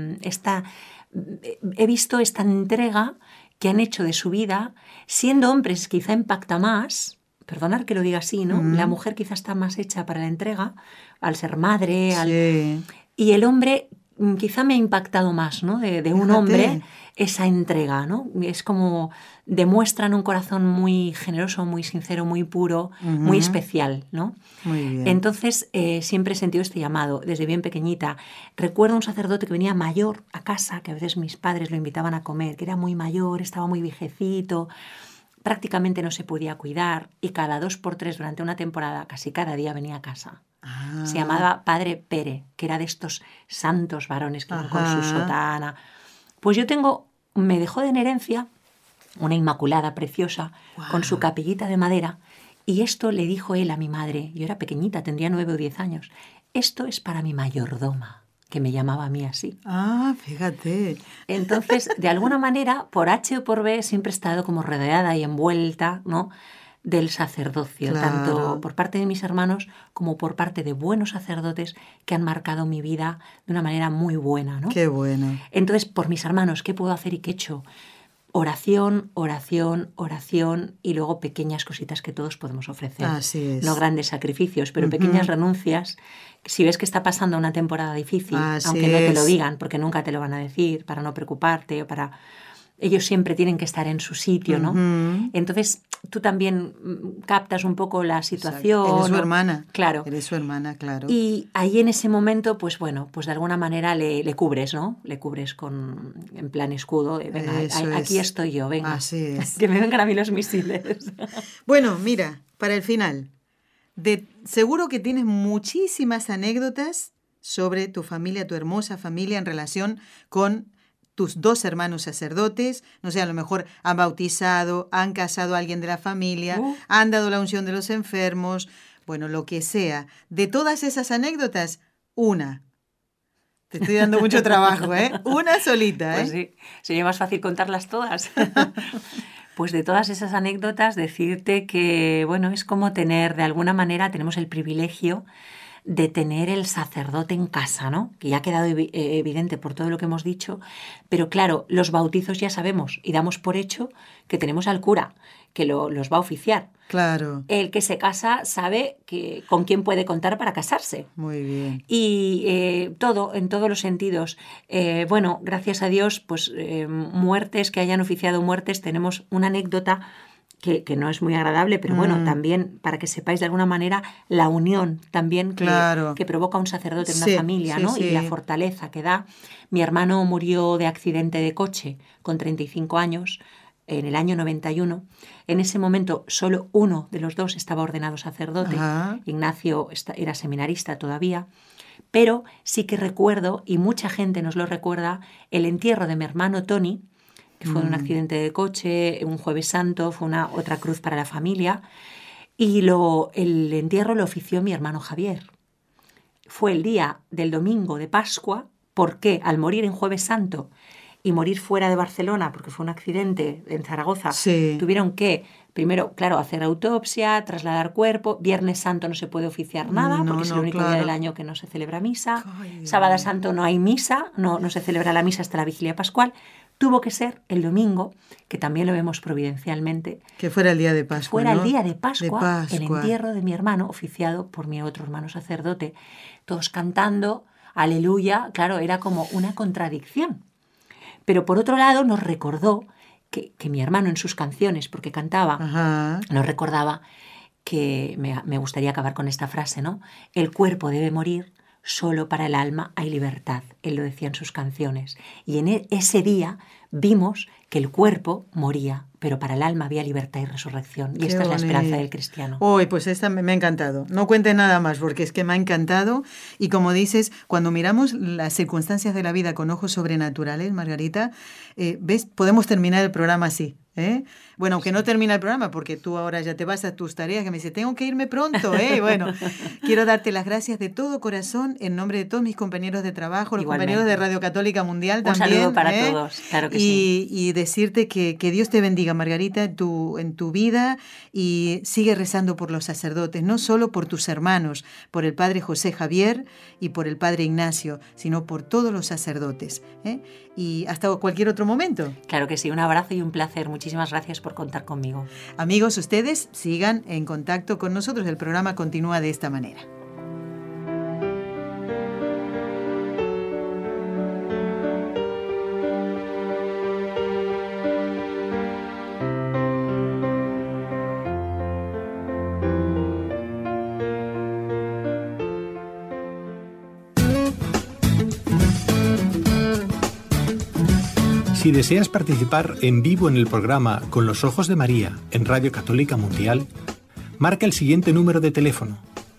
He visto esta entrega que han hecho de su vida, siendo hombres quizá impacta más... Perdonar que lo diga así, ¿no? La mujer quizás está más hecha para la entrega, al ser madre, y el hombre quizá me ha impactado más, ¿no? De un hombre esa entrega, ¿no? Es como demuestran un corazón muy generoso, muy sincero, muy puro, muy especial, ¿no? Muy bien. Entonces siempre he sentido este llamado desde bien pequeñita. Recuerdo un sacerdote que venía mayor a casa, que a veces mis padres lo invitaban a comer, que era muy mayor, estaba muy viejecito, prácticamente no se podía cuidar y cada 2 por 3 durante una temporada, casi cada día venía a casa. Se llamaba Padre Pere, que era de estos santos varones que iban con su sotana. Pues me dejó en herencia una inmaculada preciosa con su capellita de madera y esto le dijo él a mi madre, yo era pequeñita, tendría 9 o 10 años, esto es para mi mayordoma, que me llamaba a mí así. Fíjate. Entonces, de alguna manera, por H o por B, siempre he estado como rodeada y envuelta, ¿no?, del sacerdocio, tanto por parte de mis hermanos como por parte de buenos sacerdotes que han marcado mi vida de una manera muy buena, ¿no? Qué bueno. Entonces, por mis hermanos, ¿qué puedo hacer y qué he hecho? Oración, oración, oración y luego pequeñas cositas que todos podemos ofrecer. Así es. No grandes sacrificios, pero pequeñas renuncias. Si ves que está pasando una temporada difícil, aunque no te lo digan, porque nunca te lo van a decir, para no preocuparte o para... Ellos siempre tienen que estar en su sitio, ¿no? Entonces, tú también captas un poco la situación. Exacto. Eres su hermana. Claro. Eres su hermana, claro. Y ahí en ese momento, pues bueno, pues de alguna manera le cubres, ¿no? Le cubres en plan escudo. Venga, aquí estoy yo, venga. Así es. Que me vengan a mí los misiles. Bueno, mira, para el final, seguro que tienes muchísimas anécdotas sobre tu familia, tu hermosa familia en relación con tus 2 hermanos sacerdotes, no sé, a lo mejor han bautizado, han casado a alguien de la familia, han dado la unción de los enfermos, bueno, lo que sea. De todas esas anécdotas, una. Te estoy dando mucho trabajo, ¿eh? Una solita, ¿eh? Pues sí, sería más fácil contarlas todas. Pues de todas esas anécdotas, decirte que, bueno, es como tener, de alguna manera, tenemos el privilegio de tener el sacerdote en casa, ¿no? Que ya ha quedado evidente por todo lo que hemos dicho, pero claro, los bautizos ya sabemos y damos por hecho que tenemos al cura, que los va a oficiar. Claro. El que se casa sabe con quién puede contar para casarse. Muy bien. Y en todos los sentidos. Bueno, gracias a Dios, pues muertes, que hayan oficiado muertes, tenemos una anécdota que no es muy agradable, pero bueno, también para que sepáis de alguna manera la unión también que provoca un sacerdote en una familia, ¿no? Y la fortaleza que da. Mi hermano murió de accidente de coche con 35 años, en el año 91. En ese momento solo uno de los dos estaba ordenado sacerdote. Ajá. Ignacio era seminarista todavía. Pero sí que recuerdo, y mucha gente nos lo recuerda, el entierro de mi hermano Tony, que fue un accidente de coche, un Jueves Santo, fue otra cruz para la familia. Y el entierro lo ofició mi hermano Javier. Fue el día del domingo de Pascua, porque al morir en Jueves Santo y morir fuera de Barcelona, porque fue un accidente en Zaragoza, Sí. tuvieron que, primero, claro, hacer autopsia, trasladar cuerpo. Viernes Santo no se puede oficiar nada, No, porque es el no, único claro. día del año que no se celebra misa. Ay, Dios Sábado mío. Santo no hay misa, no se celebra la misa hasta la Vigilia Pascual. Tuvo que ser el domingo, que también lo vemos providencialmente, Que fuera el día de Pascua, fuera ¿no? el día de Pascua, el Pascua. entierro de mi hermano, oficiado por mi otro hermano sacerdote, todos cantando, aleluya. Claro, era como una contradicción. Pero por otro lado nos recordó que mi hermano en sus canciones, porque cantaba, Ajá. nos recordaba que, me gustaría acabar con esta frase, ¿no? El cuerpo debe morir, solo para el alma hay libertad. Él lo decía en sus canciones. Y en ese día vimos que el cuerpo moría, pero para el alma había libertad y resurrección. Y Qué esta es la esperanza bonito. del cristiano. Uy, pues esta me ha encantado. No cuente nada más porque es que me ha encantado. Y como dices, cuando miramos las circunstancias de la vida con ojos sobrenaturales, Margarita, ¿ves? Podemos terminar el programa así. Bueno, aunque no termina el programa porque tú ahora ya te vas a tus tareas, que me dice, tengo que irme pronto. Bueno, quiero darte las gracias de todo corazón en nombre de todos mis compañeros de trabajo, los Igualmente. compañeros de Radio Católica Mundial Un también. saludo para todos, claro que sí. Y decirte que Dios te bendiga, Margarita, en tu vida, y sigue rezando por los sacerdotes, no solo por tus hermanos, por el padre José Javier y por el padre Ignacio, sino por todos los sacerdotes. Y hasta cualquier otro momento. Claro que sí, un abrazo y un placer. Muchísimas gracias por contar conmigo. Amigos, ustedes sigan en contacto con nosotros. El programa continúa de esta manera. Si deseas participar en vivo en el programa Con los Ojos de María en Radio Católica Mundial, marca el siguiente número de teléfono: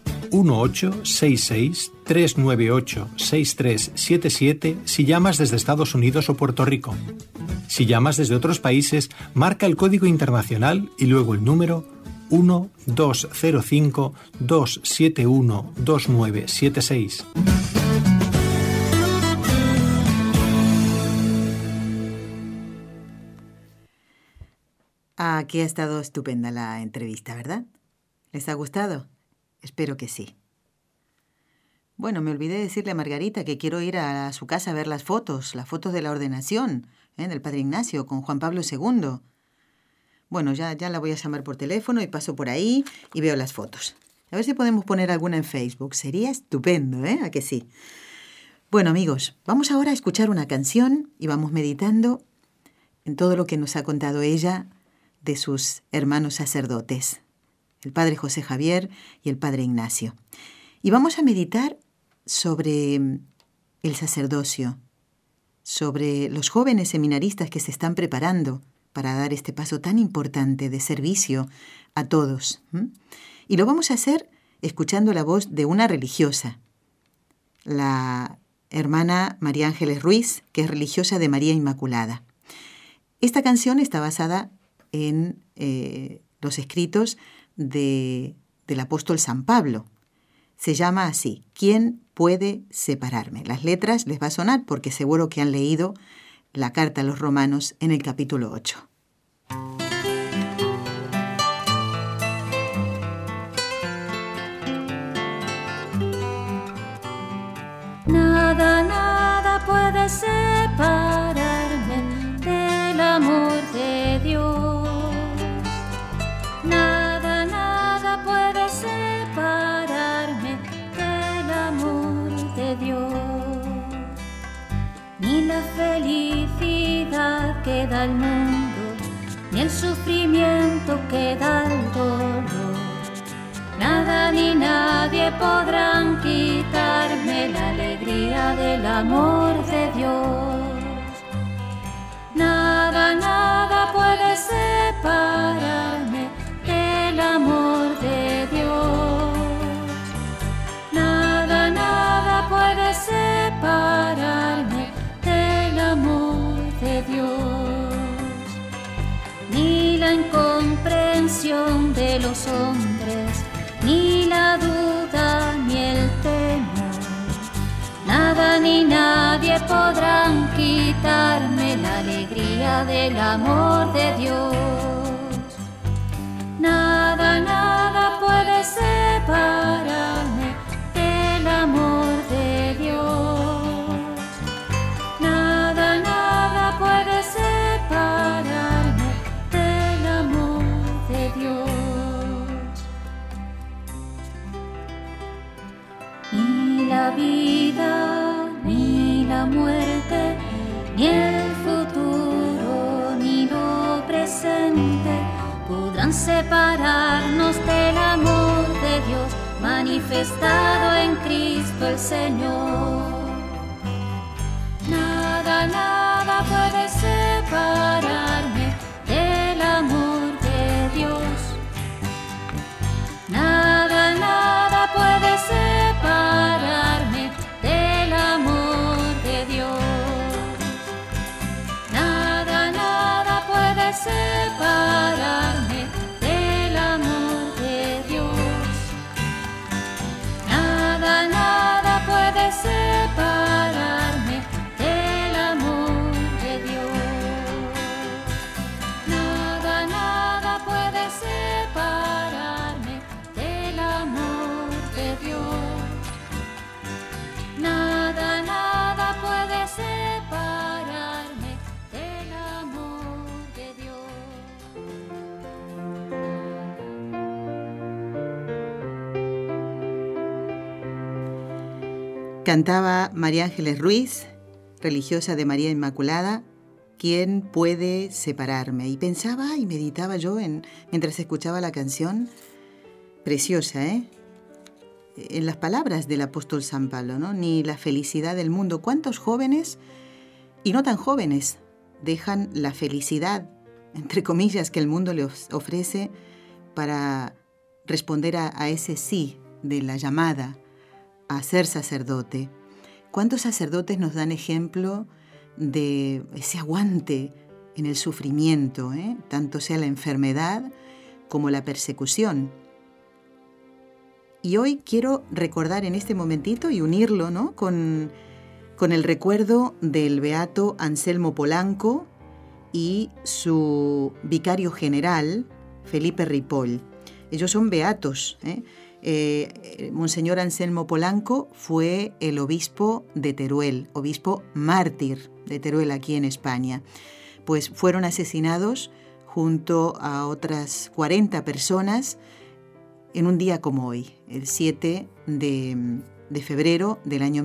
1866-398-6377 si llamas desde Estados Unidos o Puerto Rico. Si llamas desde otros países, marca el código internacional y luego el número 1205-271-2976. Aquí ha estado estupenda la entrevista, ¿verdad? ¿Les ha gustado? Espero que sí. Bueno, me olvidé decirle a Margarita que quiero ir a su casa a ver las fotos de la ordenación del padre Ignacio con Juan Pablo II. Bueno, ya la voy a llamar por teléfono y paso por ahí y veo las fotos. A ver si podemos poner alguna en Facebook. Sería estupendo, ¿A que sí? Bueno, amigos, vamos ahora a escuchar una canción y vamos meditando en todo lo que nos ha contado ella de sus hermanos sacerdotes, el padre José Javier y el padre Ignacio. Y vamos a meditar sobre el sacerdocio, sobre los jóvenes seminaristas que se están preparando para dar este paso tan importante de servicio a todos. Y lo vamos a hacer escuchando la voz de una religiosa, la hermana María Ángeles Ruiz, que es religiosa de María Inmaculada. Esta canción está basada en los escritos del apóstol San Pablo. Se llama así: ¿Quién puede separarme? Las letras les va a sonar porque seguro que han leído la carta a los Romanos en el capítulo 8. Nada puede separarme del amor de Dios. Nada puede separarme del amor de Dios. Ni la felicidad que da el mundo, ni el sufrimiento que da el dolor. Nada ni nadie podrán quitarme la alegría del amor de Dios. Nada puede la incomprensión de los hombres, ni la duda ni el temor. Nada ni nadie podrán quitarme la alegría del amor de Dios. Nada, nada puede separarme del amor de Dios. Nada, nada puede separarme del amor de Dios. Ni la vida, ni la muerte, ni el futuro, ni lo presente podrán separarnos del amor de Dios manifestado en Cristo el Señor. Nada, nada puede separarme del amor de Dios. Nada, nada puede separarme del amor de Dios. Nada, nada puede separarme del amor de Dios. Nada, nada puede separarme del amor de Dios. Nada, nada puede separarme del amor de Dios. Nada, nada puede separarme del amor de Dios. Cantaba María Ángeles Ruiz, religiosa de María Inmaculada, ¿quién puede separarme? Y pensaba y meditaba yo mientras escuchaba la canción, preciosa, en las palabras del apóstol San Pablo, ¿no? Ni la felicidad del mundo. ¿Cuántos jóvenes y no tan jóvenes dejan la felicidad, entre comillas, que el mundo les ofrece para responder a ese sí de la llamada a ser sacerdote? ¿Cuántos sacerdotes nos dan ejemplo de ese aguante en el sufrimiento, tanto sea la enfermedad como la persecución? Y hoy quiero recordar en este momentito y unirlo, ¿no?, con el recuerdo del beato Anselmo Polanco y su vicario general, Felipe Ripoll. Ellos son beatos, Monseñor Anselmo Polanco fue el obispo de Teruel, obispo mártir de Teruel aquí en España. Pues fueron asesinados junto a otras 40 personas en un día como hoy, el 7 de febrero del año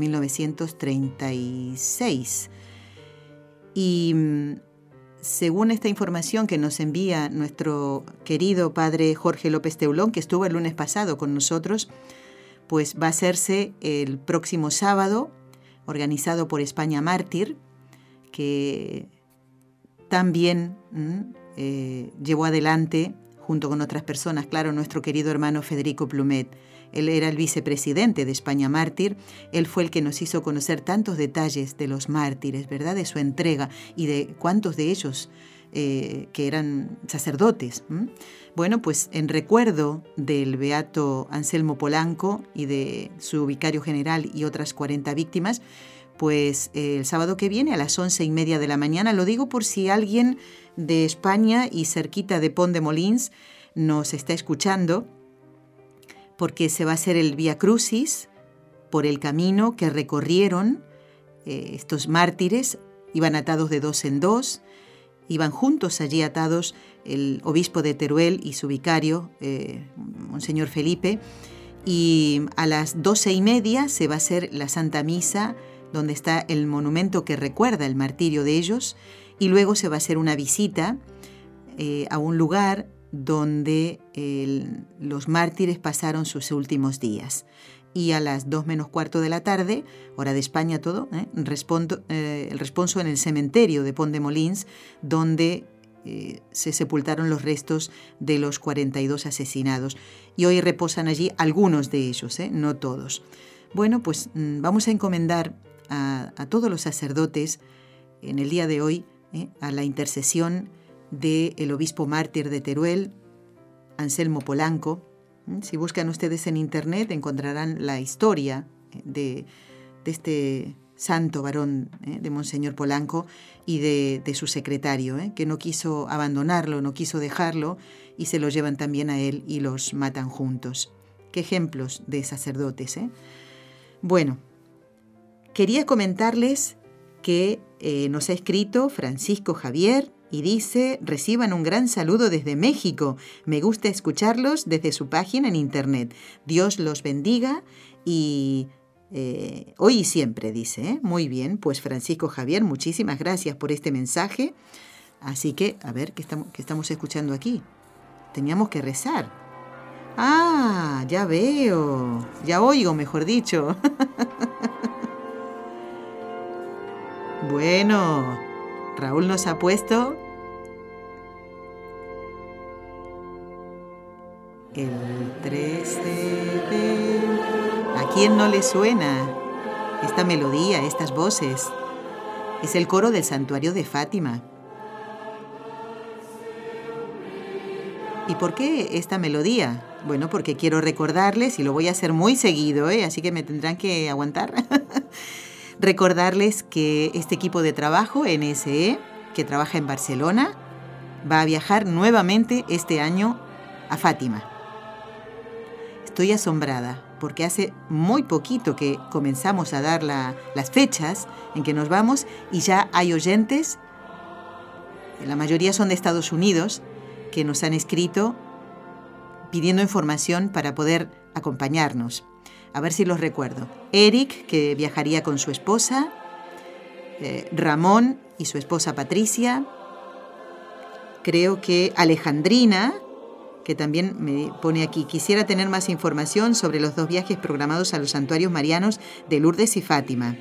1936. Y según esta información que nos envía nuestro querido padre Jorge López Teulón, que estuvo el lunes pasado con nosotros, pues va a hacerse el próximo sábado, organizado por España Mártir, que también llevó adelante, junto con otras personas, claro, nuestro querido hermano Federico Plumet. Él era el vicepresidente de España Mártir. Él fue el que nos hizo conocer tantos detalles de los mártires, ¿verdad?, de su entrega y de cuántos de ellos que eran sacerdotes. Bueno, pues en recuerdo del beato Anselmo Polanco y de su vicario general y otras 40 víctimas, pues el sábado que viene a las 11:30 de la mañana, lo digo por si alguien de España y cerquita de Pont de Molins nos está escuchando, porque se va a hacer el Vía Crucis por el camino que recorrieron estos mártires. Iban atados de dos en dos, iban juntos allí atados el obispo de Teruel y su vicario, Monseñor Felipe, y a las 12:30 se va a hacer la Santa Misa, donde está el monumento que recuerda el martirio de ellos, y luego se va a hacer una visita a un lugar donde los mártires pasaron sus últimos días. Y a las 2:15 de la tarde, hora de España todo, el responso en el cementerio de Pont de Molins, donde se sepultaron los restos de los 42 asesinados. Y hoy reposan allí algunos de ellos, no todos. Bueno, pues vamos a encomendar a todos los sacerdotes en el día de hoy a la intercesión del obispo mártir de Teruel, Anselmo Polanco. Si buscan ustedes en internet encontrarán la historia de este santo varón, de Monseñor Polanco, y de su secretario, que no quiso abandonarlo, no quiso dejarlo, y se lo llevan también a él y los matan juntos. Qué ejemplos de sacerdotes, ¿eh? Bueno, quería comentarles que nos ha escrito Francisco Javier y dice: reciban un gran saludo desde México. Me gusta escucharlos desde su página en internet. Dios los bendiga y hoy y siempre, dice, ¿eh? Muy bien, pues Francisco Javier, muchísimas gracias por este mensaje. Así que, a ver, ¿qué estamos escuchando aquí? Teníamos que rezar. Ah, ya veo, ya oigo, mejor dicho. Bueno, Raúl nos ha puesto el 13 de... ¿A quién no le suena esta melodía, estas voces? Es el coro del santuario de Fátima. ¿Y por qué esta melodía? Bueno, porque quiero recordarles, y lo voy a hacer muy seguido, así que me tendrán que aguantar. Recordarles que este equipo de trabajo, NSE, que trabaja en Barcelona, va a viajar nuevamente este año a Fátima. Estoy asombrada, porque hace muy poquito que comenzamos a dar las fechas en que nos vamos y ya hay oyentes, la mayoría son de Estados Unidos, que nos han escrito pidiendo información para poder acompañarnos. A ver si los recuerdo. Eric, que viajaría con su esposa, Ramón y su esposa Patricia, creo que Alejandrina, que también me pone aquí: quisiera tener más información sobre los 2 viajes programados a los santuarios marianos de Lourdes y Fátima.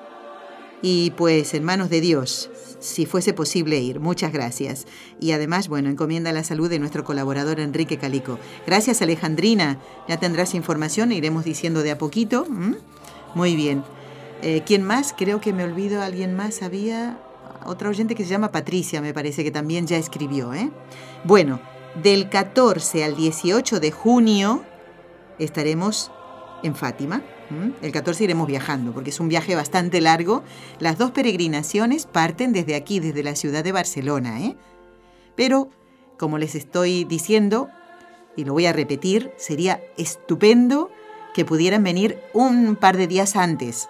Y pues, en manos de Dios, si fuese posible ir. Muchas gracias. Y además, bueno, encomienda la salud de nuestro colaborador Enrique Calico. Gracias, Alejandrina. Ya tendrás información, iremos diciendo de a poquito. Muy bien. ¿Quién más? Creo que me olvido, alguien más. Había otra oyente que se llama Patricia, me parece que también ya escribió, Bueno, del 14 al 18 de junio estaremos en Fátima. El 14 iremos viajando, porque es un viaje bastante largo. Las 2 peregrinaciones parten desde aquí, desde la ciudad de Barcelona, Pero, como les estoy diciendo, y lo voy a repetir, sería estupendo que pudieran venir un par de días antes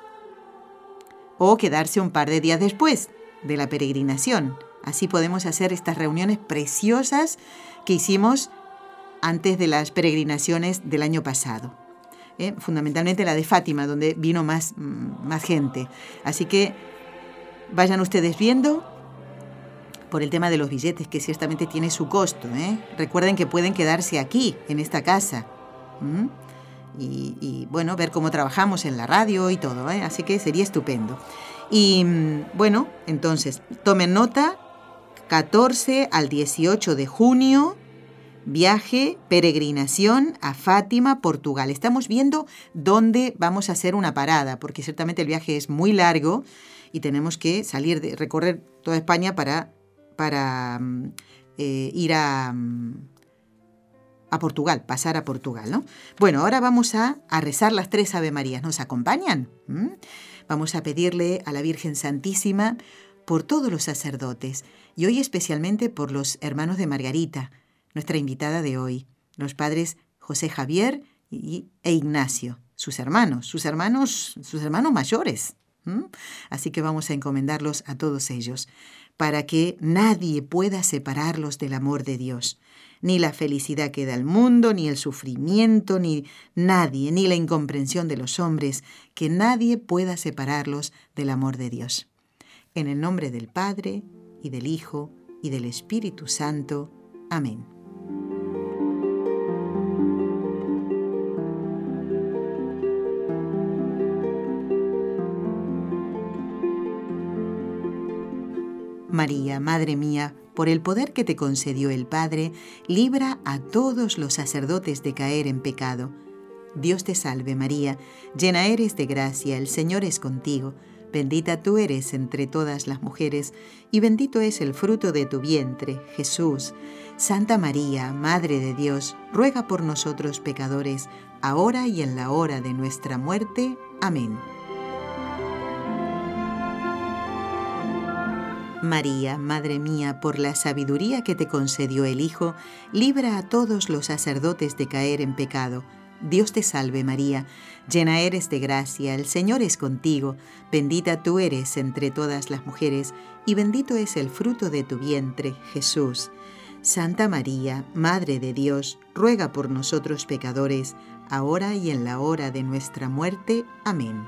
o quedarse un par de días después de la peregrinación. Así podemos hacer estas reuniones preciosas que hicimos antes de las peregrinaciones del año pasado. Fundamentalmente la de Fátima, donde vino más gente. Así que vayan ustedes viendo por el tema de los billetes, que ciertamente tiene su costo. Recuerden que pueden quedarse aquí, en esta casa. Y bueno, ver cómo trabajamos en la radio y todo. Así que sería estupendo. Y bueno, entonces, tomen nota, 14 al 18 de junio... viaje, peregrinación a Fátima, Portugal. Estamos viendo dónde vamos a hacer una parada, porque ciertamente el viaje es muy largo y tenemos que recorrer toda España para ir a Portugal, pasar a Portugal, ¿no? Bueno, ahora vamos a rezar las 3 Ave Marías. ¿Nos acompañan? Vamos a pedirle a la Virgen Santísima por todos los sacerdotes y hoy especialmente por los hermanos de Margarita, nuestra invitada de hoy, los padres José Javier e Ignacio, sus hermanos mayores. Así que vamos a encomendarlos a todos ellos, para que nadie pueda separarlos del amor de Dios. Ni la felicidad que da el mundo, ni el sufrimiento, ni nadie, ni la incomprensión de los hombres, que nadie pueda separarlos del amor de Dios. En el nombre del Padre, y del Hijo, y del Espíritu Santo. Amén. María, Madre mía, por el poder que te concedió el Padre, libra a todos los sacerdotes de caer en pecado. Dios te salve María, llena eres de gracia, el Señor es contigo. bendita tú eres entre todas las mujeres, y bendito es el fruto de tu vientre, Jesús. Santa María, Madre de Dios, ruega por nosotros pecadores, ahora y en la hora de nuestra muerte. Amén. María, Madre mía, por la sabiduría que te concedió el Hijo, libra a todos los sacerdotes de caer en pecado. Dios te salve María, llena eres de gracia, el Señor es contigo, bendita tú eres entre todas las mujeres, y bendito es el fruto de tu vientre, Jesús. Santa María, Madre de Dios, ruega por nosotros pecadores, ahora y en la hora de nuestra muerte. Amén.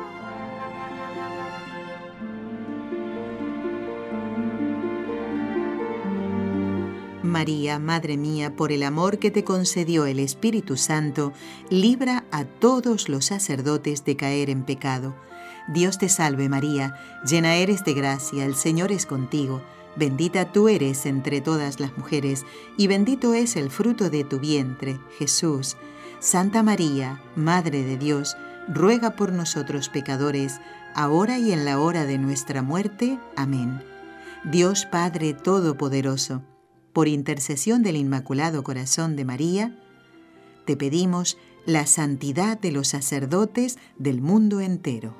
María, Madre mía, por el amor que te concedió el Espíritu Santo, libra a todos los sacerdotes de caer en pecado. Dios te salve María, llena eres de gracia, el Señor es contigo, bendita tú eres entre todas las mujeres, y bendito es el fruto de tu vientre, Jesús. Santa María, Madre de Dios, ruega por nosotros pecadores, ahora y en la hora de nuestra muerte. Amén. Dios Padre Todopoderoso, por intercesión del Inmaculado Corazón de María, te pedimos la santidad de los sacerdotes del mundo entero.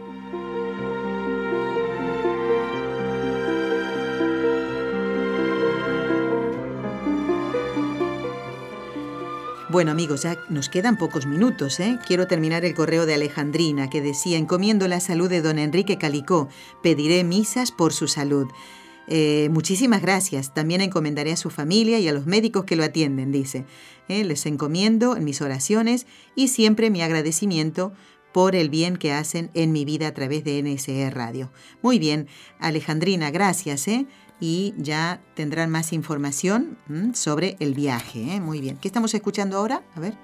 Bueno amigos, ya nos quedan pocos minutos, ¿eh? Quiero terminar el correo de Alejandrina que decía: encomiendo la salud de don Enrique Calicó, pediré misas por su salud. Muchísimas gracias. También encomendaré a su familia y a los médicos que lo atienden, dice. Les encomiendo en mis oraciones y siempre mi agradecimiento por el bien que hacen en mi vida a través de NSE Radio. Muy bien, Alejandrina, gracias, y ya tendrán más información sobre el viaje. Muy bien. ¿Qué estamos escuchando ahora? A ver.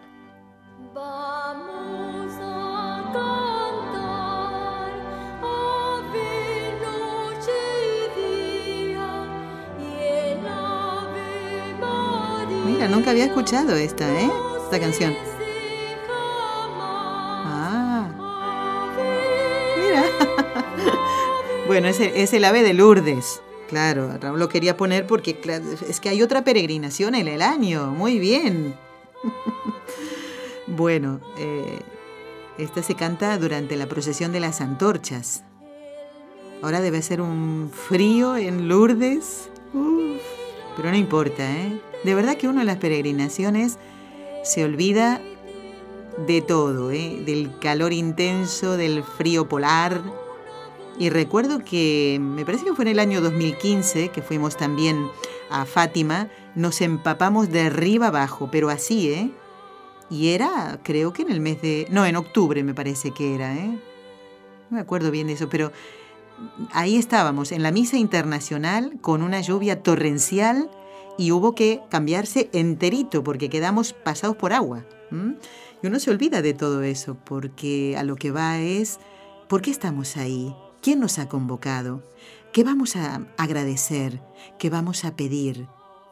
Vamos a cantar, ave noche y día, y el ave María. Mira, nunca había escuchado esta canción. Mira. Bueno, es el ave de Lourdes. Claro, Raúl lo quería poner porque es que hay otra peregrinación en el año. Muy bien. Bueno, esta se canta durante la procesión de las antorchas. Ahora debe ser un frío en Lourdes. Pero no importa, De verdad que uno en las peregrinaciones se olvida de todo, del calor intenso, del frío polar. Y recuerdo que, me parece que fue en el año 2015, que fuimos también a Fátima, nos empapamos de arriba abajo, pero así, Y era, creo que en el mes de... No, en octubre me parece que era, No me acuerdo bien de eso, pero ahí estábamos, en la misa internacional, con una lluvia torrencial, y hubo que cambiarse enterito, porque quedamos pasados por agua. Y uno se olvida de todo eso, porque a lo que va es, ¿por qué estamos ahí? ¿Quién nos ha convocado? ¿Qué vamos a agradecer? ¿Qué vamos a pedir?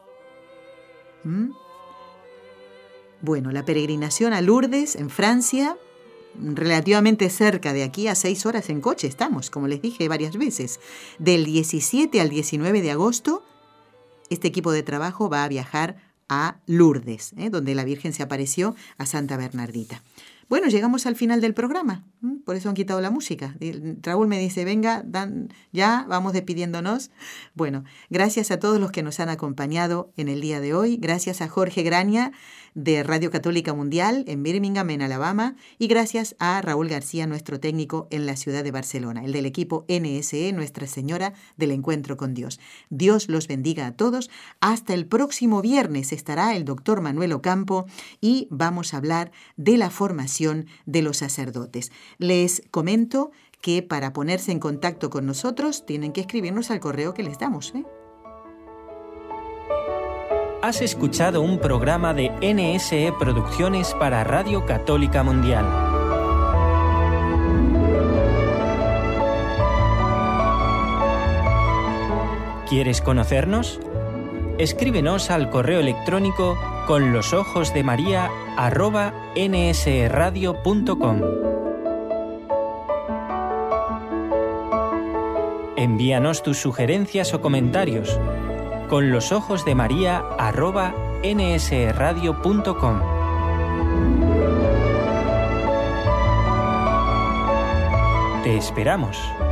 Bueno, la peregrinación a Lourdes, en Francia, relativamente cerca de aquí, a 6 horas en coche estamos, como les dije varias veces. Del 17 al 19 de agosto, este equipo de trabajo va a viajar a Lourdes, donde la Virgen se apareció a Santa Bernardita. Bueno, llegamos al final del programa, por eso han quitado la música. Raúl me dice, venga, ya vamos despidiéndonos. Bueno, gracias a todos los que nos han acompañado en el día de hoy. Gracias a Jorge Graña de Radio Católica Mundial en Birmingham, en Alabama. Y gracias a Raúl García, nuestro técnico en la ciudad de Barcelona, el del equipo NSE, Nuestra Señora del Encuentro con Dios. Dios los bendiga a todos. Hasta el próximo viernes estará el doctor Manuel Ocampo y vamos a hablar de la formación de los sacerdotes. Les comento que para ponerse en contacto con nosotros tienen que escribirnos al correo que les damos. Has escuchado un programa de NSE Producciones para Radio Católica Mundial. ¿Quieres conocernos? Escríbenos al correo electrónico conlosojosdemaria@nsradio.com. Envíanos tus sugerencias o comentarios con los ojos de María @nsradio.com. Te esperamos.